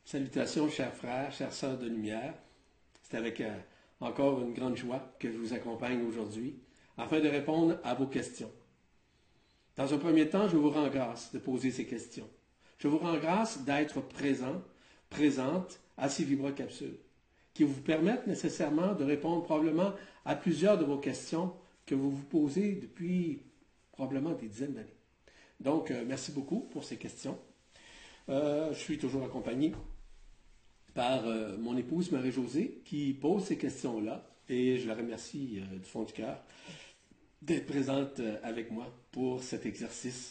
Salutations, chers frères, chères sœurs de lumière. C'est avec encore une grande joie que je vous accompagne aujourd'hui afin de répondre à vos questions. Dans un premier temps, je vous rends grâce de poser ces questions. Je vous rends grâce d'être présent, présente à ces vibrocapsules qui vous permettent nécessairement de répondre probablement à plusieurs de vos questions que vous vous posez depuis probablement des dizaines d'années. Donc, merci beaucoup pour ces questions. Je suis toujours accompagné par mon épouse Marie-Josée qui pose ces questions-là et je la remercie du fond du cœur d'être présente avec moi pour cet exercice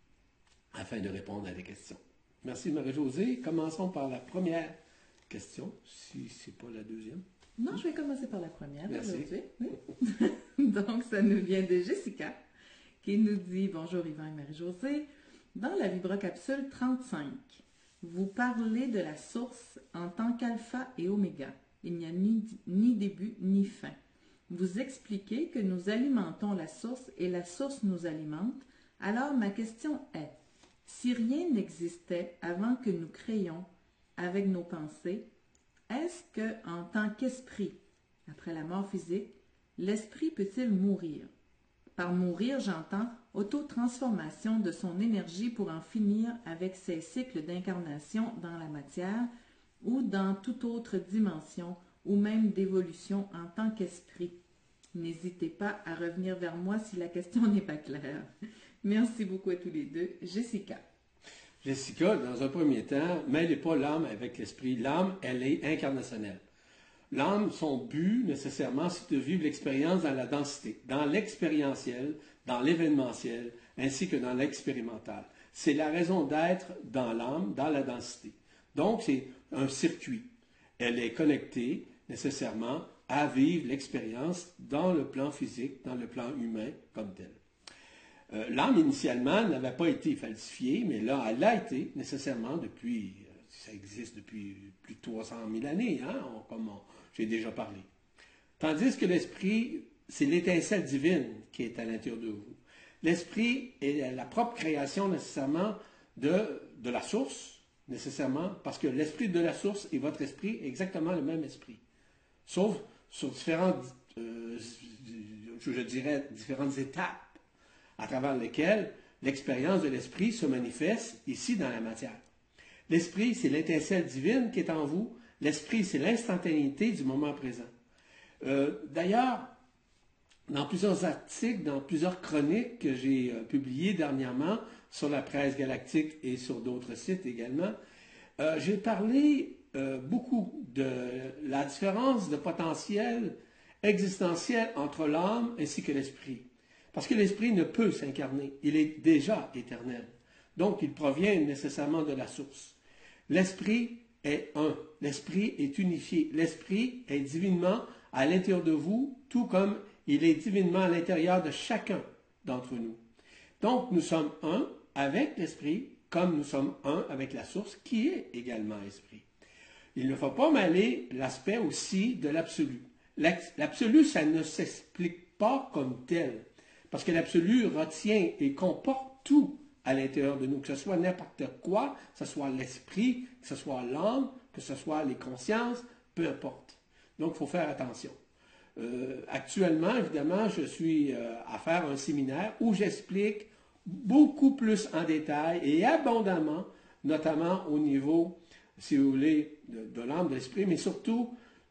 afin de répondre à des questions. Merci Marie-Josée. Commençons par la première question, si ce n'est pas la deuxième. Non, je vais commencer par la première. Merci. Oui. Donc, ça nous vient de Jessica qui nous dit « Bonjour Yvan et Marie-Josée. Dans la vibrocapsule 35, vous parlez de la source en tant qu'alpha et oméga. Il n'y a ni début ni fin. Vous expliquez que nous alimentons la source et la source nous alimente. Alors ma question est, si rien n'existait avant que nous créions avec nos pensées, est-ce que, en tant qu'esprit, après la mort physique, l'esprit peut-il mourir? Par mourir, j'entends autotransformation de son énergie pour en finir avec ses cycles d'incarnation dans la matière ou dans toute autre dimension ou même d'évolution en tant qu'esprit. N'hésitez pas à revenir vers moi si la question n'est pas claire. Merci beaucoup à tous les deux. Jessica. Jessica, dans un premier temps, mêlez pas l'âme avec l'esprit. L'âme, elle est incarnationnelle. L'âme, son but, nécessairement, c'est de vivre l'expérience dans la densité, dans l'expérientiel, dans l'événementiel, ainsi que dans l'expérimental. C'est la raison d'être dans l'âme, dans la densité. Donc, c'est un circuit. Elle est connectée, nécessairement, à vivre l'expérience dans le plan physique, dans le plan humain comme tel. L'âme, initialement, n'avait pas été falsifiée, mais là, elle l'a été, nécessairement, depuis, ça existe depuis plus de 300 000 années, hein, comme j'ai déjà parlé. Tandis que l'esprit, c'est l'étincelle divine qui est à l'intérieur de vous. L'esprit est la propre création, nécessairement, de la source, nécessairement, parce que l'esprit de la source et votre esprit est exactement le même esprit. Sauf sur différentes, je dirais, différentes étapes à travers lesquelles l'expérience de l'esprit se manifeste ici dans la matière. L'esprit, c'est l'étincelle divine qui est en vous. L'esprit, c'est l'instantanéité du moment présent. D'ailleurs, dans plusieurs articles, dans plusieurs chroniques que j'ai publiées dernièrement sur la presse galactique et sur d'autres sites également, j'ai parlé beaucoup de la différence de potentiel existentiel entre l'âme ainsi que l'esprit. Parce que l'esprit ne peut s'incarner, il est déjà éternel. Donc, il provient nécessairement de la source. L'esprit est un, l'esprit est unifié, l'esprit est divinement à l'intérieur de vous, tout comme il est divinement à l'intérieur de chacun d'entre nous. Donc, nous sommes un avec l'esprit, comme nous sommes un avec la source, qui est également esprit. Il ne faut pas mêler l'aspect aussi de l'absolu. L'absolu, ça ne s'explique pas comme tel. Parce que l'absolu retient et comporte tout à l'intérieur de nous, que ce soit n'importe quoi, que ce soit l'esprit, que ce soit l'âme, que ce soit les consciences, peu importe. Donc, il faut faire attention. Actuellement, évidemment, je suis à faire un séminaire où j'explique beaucoup plus en détail et abondamment, notamment au niveau, si vous voulez, de l'âme, de l'esprit, mais surtout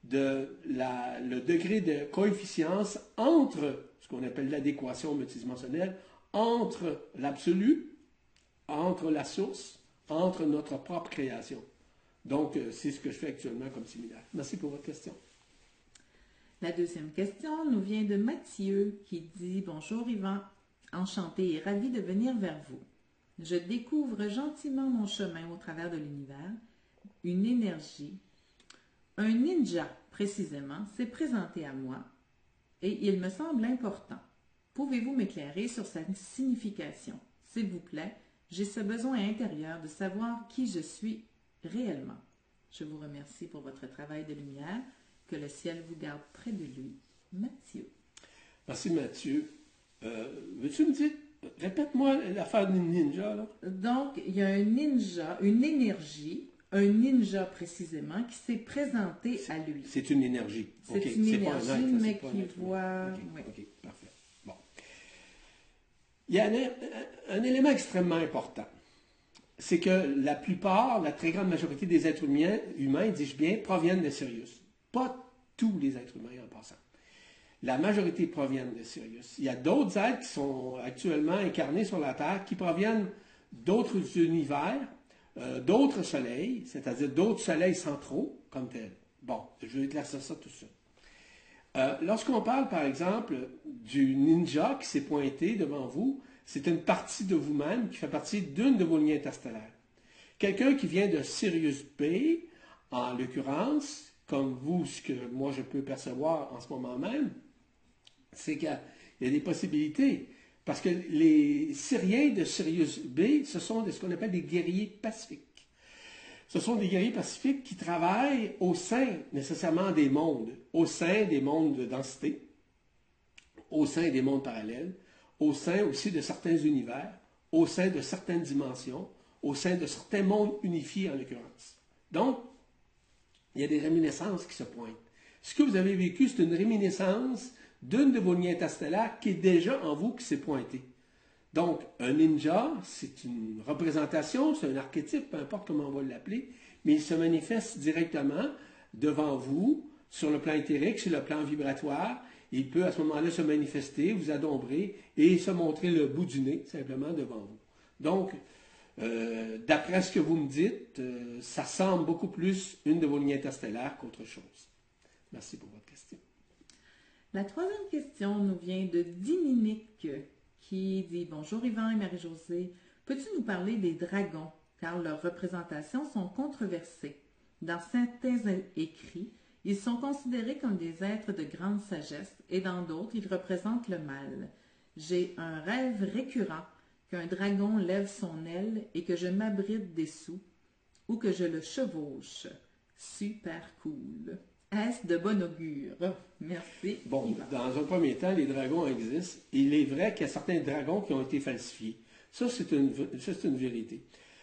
le degré de coefficience entre ce qu'on appelle l'adéquation multidimensionnelle, entre l'absolu, entre la source, entre notre propre création. Donc, c'est ce que je fais actuellement comme séminaire. Merci pour votre question. La deuxième question nous vient de Mathieu qui dit « Bonjour Yvan, enchanté et ravi de venir vers vous. Je découvre gentiment mon chemin au travers de l'univers. Une énergie, un ninja précisément, s'est présenté à moi et il me semble important. Pouvez-vous m'éclairer sur sa signification? S'il vous plaît, j'ai ce besoin intérieur de savoir qui je suis réellement. Je vous remercie pour votre travail de lumière. Que le ciel vous garde près de lui. Mathieu. Merci Mathieu. Veux-tu me dire, répète-moi l'affaire du ninja, là? Donc, il y a un ninja, une énergie, un ninja précisément qui s'est présenté à lui. C'est une énergie. C'est OK. une C'est pas un énergie, être, mais c'est pas un qui être humain. voit... OK, oui. OK, parfait. Bon. Il y a un élément extrêmement important. C'est que la plupart, la très grande majorité des êtres humains, dis-je bien, proviennent de Sirius. Pas tous les êtres humains en passant. La majorité proviennent de Sirius. Il y a d'autres êtres qui sont actuellement incarnés sur la Terre qui proviennent d'autres univers, d'autres soleils, c'est-à-dire d'autres soleils centraux comme tels. Bon, je vais éclaircir ça tout de suite. Lorsqu'on parle, par exemple, du ninja qui s'est pointé devant vous, c'est une partie de vous-même qui fait partie d'une de vos lignées interstellaires. Quelqu'un qui vient de Sirius B, en l'occurrence, comme vous, ce que moi je peux percevoir en ce moment même, c'est qu'il y a des possibilités. Parce que les Syriens de Sirius B, ce sont ce qu'on appelle des guerriers pacifiques. Ce sont des guerriers pacifiques qui travaillent au sein nécessairement des mondes, au sein des mondes de densité, au sein des mondes parallèles, au sein aussi de certains univers, au sein de certaines dimensions, au sein de certains mondes unifiés en l'occurrence. Donc, il y a des réminiscences qui se pointent. Ce que vous avez vécu, c'est une réminiscence d'une de vos lignes interstellaires qui est déjà en vous qui s'est pointée. Donc, un ninja, c'est une représentation, c'est un archétype, peu importe comment on va l'appeler, mais il se manifeste directement devant vous, sur le plan éthérique, sur le plan vibratoire. Il peut à ce moment-là se manifester, vous adombrer et se montrer le bout du nez, simplement devant vous. Donc, d'après ce que vous me dites, ça semble beaucoup plus une de vos lignes interstellaires qu'autre chose. Merci pour votre question. La troisième question nous vient de Dominique qui dit « Bonjour Yvan et Marie-Josée, peux-tu nous parler des dragons car leurs représentations sont controversées. Dans certains écrits, ils sont considérés comme des êtres de grande sagesse et dans d'autres, ils représentent le mal. J'ai un rêve récurrent qu'un dragon lève son aile et que je m'abrite dessous ou que je le chevauche. Super cool. Est-ce de bon augure? Merci. Bon, dans un premier temps, les dragons existent. Il est vrai qu'il y a certains dragons qui ont été falsifiés. Ça, c'est une vérité.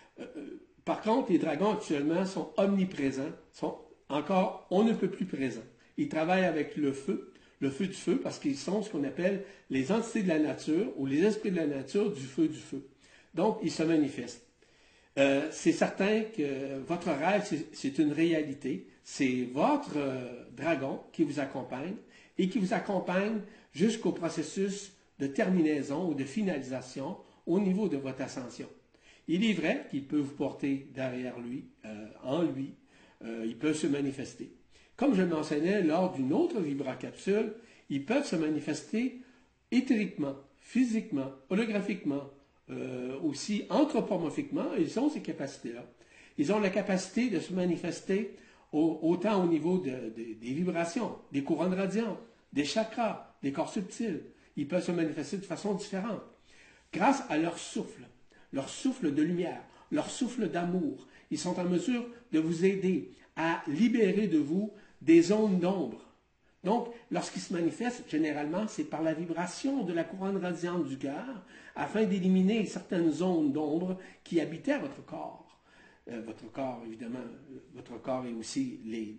Par contre, les dragons actuellement sont omniprésents, sont encore, on ne peut plus présents. Ils travaillent avec le feu du feu, parce qu'ils sont ce qu'on appelle les entités de la nature ou les esprits de la nature du feu du feu. Donc, ils se manifestent. C'est certain que votre rêve, c'est une réalité. C'est votre dragon qui vous accompagne et qui vous accompagne jusqu'au processus de terminaison ou de finalisation au niveau de votre ascension. Il est vrai qu'il peut vous porter derrière lui, en lui, il peut se manifester. Comme je le mentionnais lors d'une autre vibracapsule, ils peuvent se manifester éthériquement, physiquement, holographiquement, aussi anthropomorphiquement, ils ont ces capacités-là. Ils ont la capacité de se manifester autant au niveau des vibrations, des couronnes radiantes, des chakras, des corps subtils. Ils peuvent se manifester de façon différente. Grâce à leur souffle de lumière, leur souffle d'amour, ils sont en mesure de vous aider à libérer de vous des zones d'ombre. Donc, lorsqu'ils se manifestent, généralement, c'est par la vibration de la couronne radiante du cœur, afin d'éliminer certaines zones d'ombre qui habitaient votre corps. Votre corps, évidemment, votre corps et aussi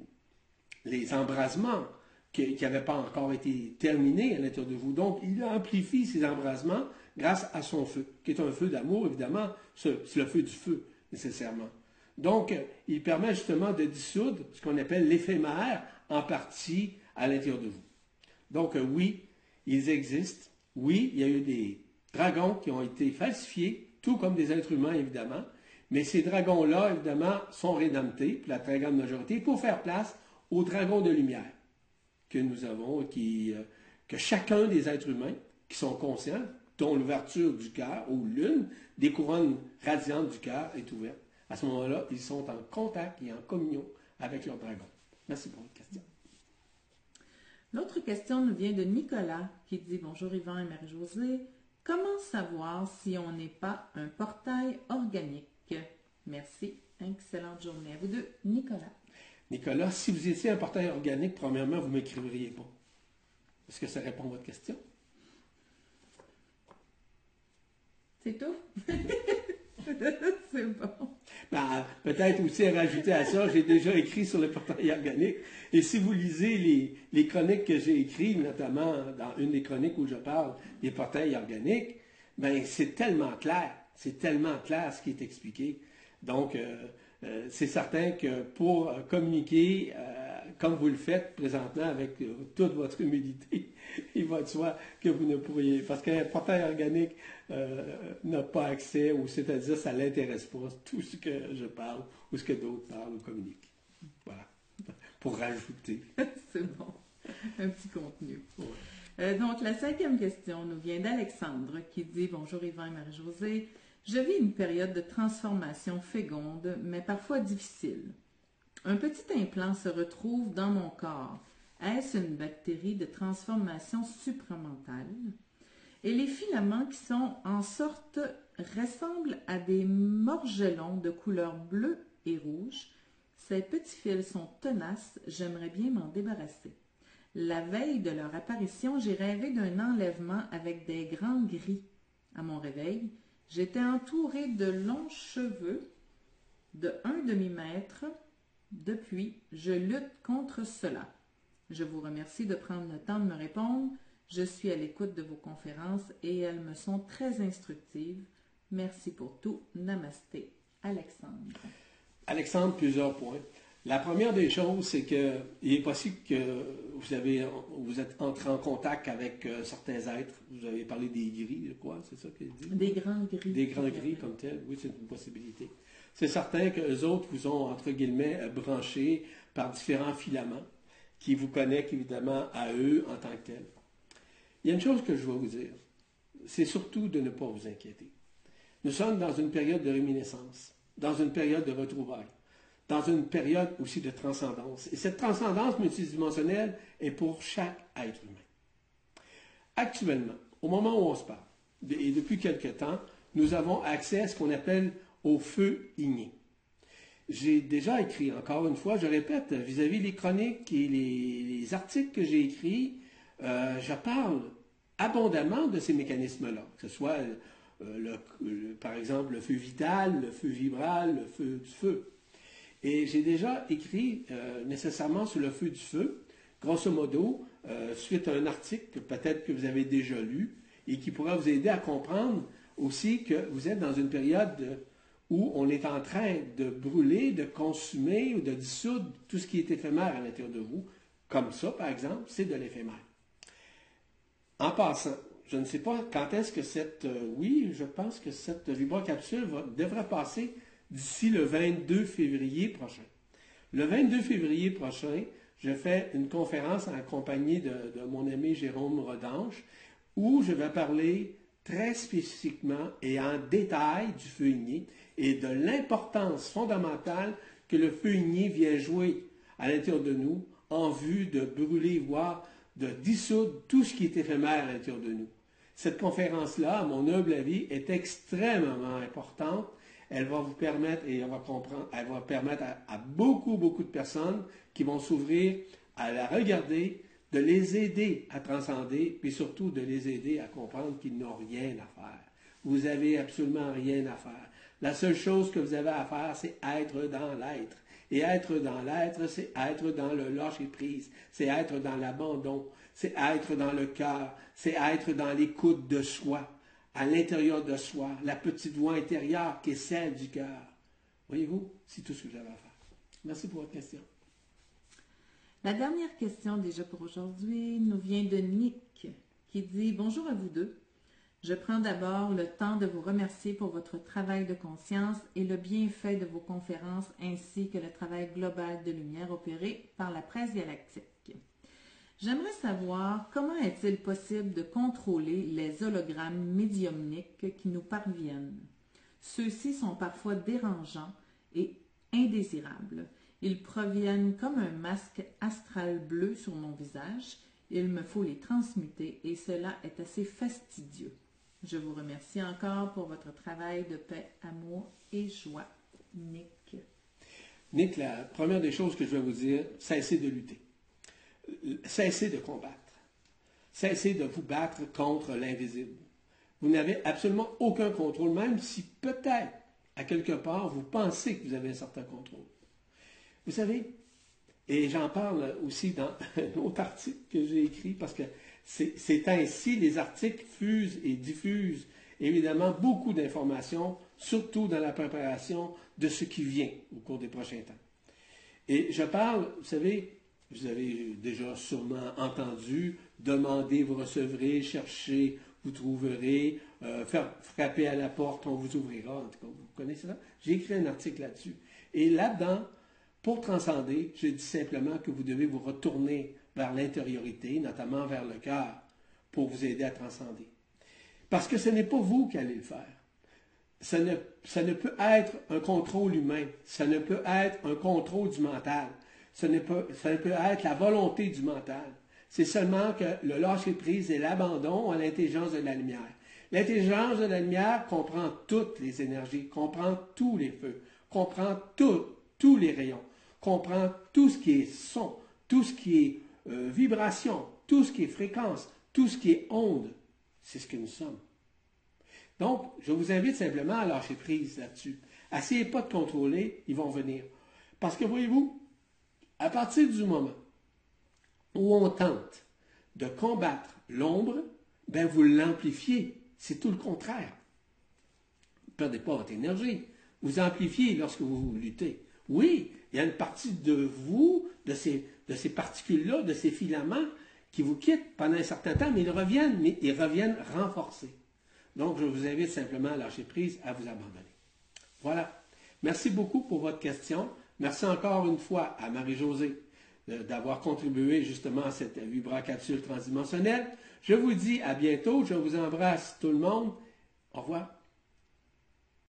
les embrasements qui n'avaient pas encore été terminés à l'intérieur de vous. Donc, il amplifie ces embrasements grâce à son feu, qui est un feu d'amour, évidemment, c'est le feu du feu, nécessairement. Donc, il permet justement de dissoudre ce qu'on appelle l'éphémère en partie à l'intérieur de vous. Donc, oui, ils existent. Oui, il y a eu des dragons qui ont été falsifiés, tout comme des êtres humains, évidemment. Mais ces dragons-là, évidemment, sont rédemptés, pour la très grande majorité, pour faire place aux dragons de lumière que nous avons, que chacun des êtres humains qui sont conscients, dont l'ouverture du cœur, ou l'une des couronnes radiantes du cœur est ouverte. À ce moment-là, ils sont en contact et en communion avec leur dragon. Merci pour votre question. L'autre question nous vient de Nicolas qui dit « Bonjour Yvan et Marie-Josée. Comment savoir si on n'est pas un portail organique? Merci. Excellente journée à vous deux. Nicolas. Nicolas, si vous étiez un portail organique, premièrement, vous ne m'écriveriez pas. Est-ce que ça répond à votre question? C'est tout? C'est bon. Ben, peut-être aussi à rajouter à ça, j'ai déjà écrit sur le portail organique. Et si vous lisez les chroniques que j'ai écrites, notamment dans une des chroniques où je parle des portails organiques, ben c'est tellement clair. C'est tellement clair ce qui est expliqué. Donc, c'est certain que pour communiquer, comme vous le faites présentement avec toute votre humilité, il va de soi que vous ne pourriez, parce qu'un portail organique n'a pas accès, ou c'est-à-dire ça ne l'intéresse pas, tout ce que je parle ou ce que d'autres parlent ou communiquent. Voilà, pour rajouter. C'est bon, un petit contenu. Ouais. Donc, la 5e question nous vient d'Alexandre qui dit « Bonjour Yvan et Marie-Josée, je vis une période de transformation féconde, mais parfois difficile. Un petit implant se retrouve dans mon corps. Est-ce une bactérie de transformation supramentale? Et les filaments qui sont en sorte ressemblent à des morgelons de couleur bleue et rouge. Ces petits fils sont tenaces, j'aimerais bien m'en débarrasser. La veille de leur apparition, j'ai rêvé d'un enlèvement avec des grands gris. À mon réveil, j'étais entourée de longs cheveux de 1 demi-mètre. Depuis, je lutte contre cela. Je vous remercie de prendre le temps de me répondre. Je suis à l'écoute de vos conférences et elles me sont très instructives. Merci pour tout. Namasté. Alexandre. Alexandre, plusieurs points. La première des choses, c'est qu'il est possible que vous êtes entré en contact avec certains êtres. Vous avez parlé des gris, je crois, c'est ça qu'il dit? Des grands gris. Des grands gris comme tel, oui, c'est une possibilité. C'est certain que les autres vous ont, entre guillemets, branché par différents filaments qui vous connectent évidemment à eux en tant que tels. Il y a une chose que je vais vous dire, c'est surtout de ne pas vous inquiéter. Nous sommes dans une période de réminiscence, dans une période de retrouvailles, dans une période aussi de transcendance. Et cette transcendance multidimensionnelle est pour chaque être humain. Actuellement, au moment où on se parle, et depuis quelque temps, nous avons accès à ce qu'on appelle au feu igné. J'ai déjà écrit, encore une fois, je répète, vis-à-vis les chroniques et les articles que j'ai écrits, je parle abondamment de ces mécanismes-là, que ce soit, par exemple, le feu vital, le feu vibral, le feu du feu. Et j'ai déjà écrit nécessairement sur le feu du feu, grosso modo, suite à un article que peut-être que vous avez déjà lu et qui pourra vous aider à comprendre aussi que vous êtes dans une période où on est en train de brûler, de consumer ou de dissoudre tout ce qui est éphémère à l'intérieur de vous. Comme ça, par exemple, c'est de l'éphémère. En passant, je ne sais pas quand est-ce que oui, je pense que cette vibrocapsule devrait passer d'ici le 22 février prochain. Le 22 février prochain, je fais une conférence en compagnie de mon ami Jérôme Rodanche où je vais parler très spécifiquement et en détail du feu igné et de l'importance fondamentale que le feu igné vient jouer à l'intérieur de nous en vue de brûler, voire de dissoudre tout ce qui est éphémère à l'intérieur de nous. Cette conférence-là, à mon humble avis, est extrêmement importante. Elle va vous permettre, et elle va permettre à beaucoup, beaucoup de personnes qui vont s'ouvrir à la regarder, de les aider à transcender, puis surtout de les aider à comprendre qu'ils n'ont rien à faire. Vous n'avez absolument rien à faire. La seule chose que vous avez à faire, c'est être dans l'être. Et être dans l'être, c'est être dans le lâcher-prise, c'est être dans l'abandon, c'est être dans le cœur, c'est être dans l'écoute de soi, à l'intérieur de soi, la petite voix intérieure qui est celle du cœur. Voyez-vous, c'est tout ce que vous avez à faire. Merci pour votre question. La dernière question déjà pour aujourd'hui nous vient de Nick qui dit « Bonjour à vous deux. Je prends d'abord le temps de vous remercier pour votre travail de conscience et le bienfait de vos conférences ainsi que le travail global de lumière opéré par la presse galactique. J'aimerais savoir comment est-il possible de contrôler les hologrammes médiumniques qui nous parviennent. Ceux-ci sont parfois dérangeants et indésirables. Ils proviennent comme un masque astral bleu sur mon visage. Il me faut les transmuter et cela est assez fastidieux. Je vous remercie encore pour votre travail de paix, amour et joie. Nick. Nick, la première des choses que je vais vous dire, cessez de lutter. Cessez de combattre. Cessez de vous battre contre l'invisible. Vous n'avez absolument aucun contrôle, même si peut-être à quelque part, vous pensez que vous avez un certain contrôle. Vous savez, et j'en parle aussi dans un autre article que j'ai écrit, parce que c'est ainsi, les articles fusent et diffusent évidemment beaucoup d'informations, surtout dans la préparation de ce qui vient au cours des prochains temps. Et je parle, vous avez déjà sûrement entendu, demandez, vous recevrez, cherchez, vous trouverez, frapper à la porte, on vous ouvrira. En tout cas, vous connaissez ça? J'ai écrit un article là-dessus. Et là-dedans, pour transcender, je dis simplement que vous devez vous retourner vers l'intériorité, notamment vers le cœur, pour vous aider à transcender. Parce que ce n'est pas vous qui allez le faire. Ça ne peut être un contrôle humain. Ça ne peut être un contrôle du mental. Ça ne peut être la volonté du mental. C'est seulement que le lâcher-prise et l'abandon à l'intelligence de la lumière. L'intelligence de la lumière comprend toutes les énergies, comprend tous les feux, comprend tous les rayons, comprend tout ce qui est son, tout ce qui est vibration, tout ce qui est fréquence, tout ce qui est onde. C'est ce que nous sommes. Donc, je vous invite simplement à lâcher prise là-dessus. Essayez pas de contrôler, ils vont venir. Parce que voyez-vous, à partir du moment où on tente de combattre l'ombre, ben vous l'amplifiez. C'est tout le contraire. Ne perdez pas votre énergie. Vous amplifiez lorsque vous luttez. Oui, il y a une partie de vous, de ces particules-là, de ces filaments, qui vous quittent pendant un certain temps, mais ils reviennent renforcés. Donc, je vous invite simplement à lâcher prise, à vous abandonner. Voilà. Merci beaucoup pour votre question. Merci encore une fois à Marie-Josée d'avoir contribué justement à cette vibracapsule transdimensionnelle. Je vous dis à bientôt. Je vous embrasse tout le monde. Au revoir.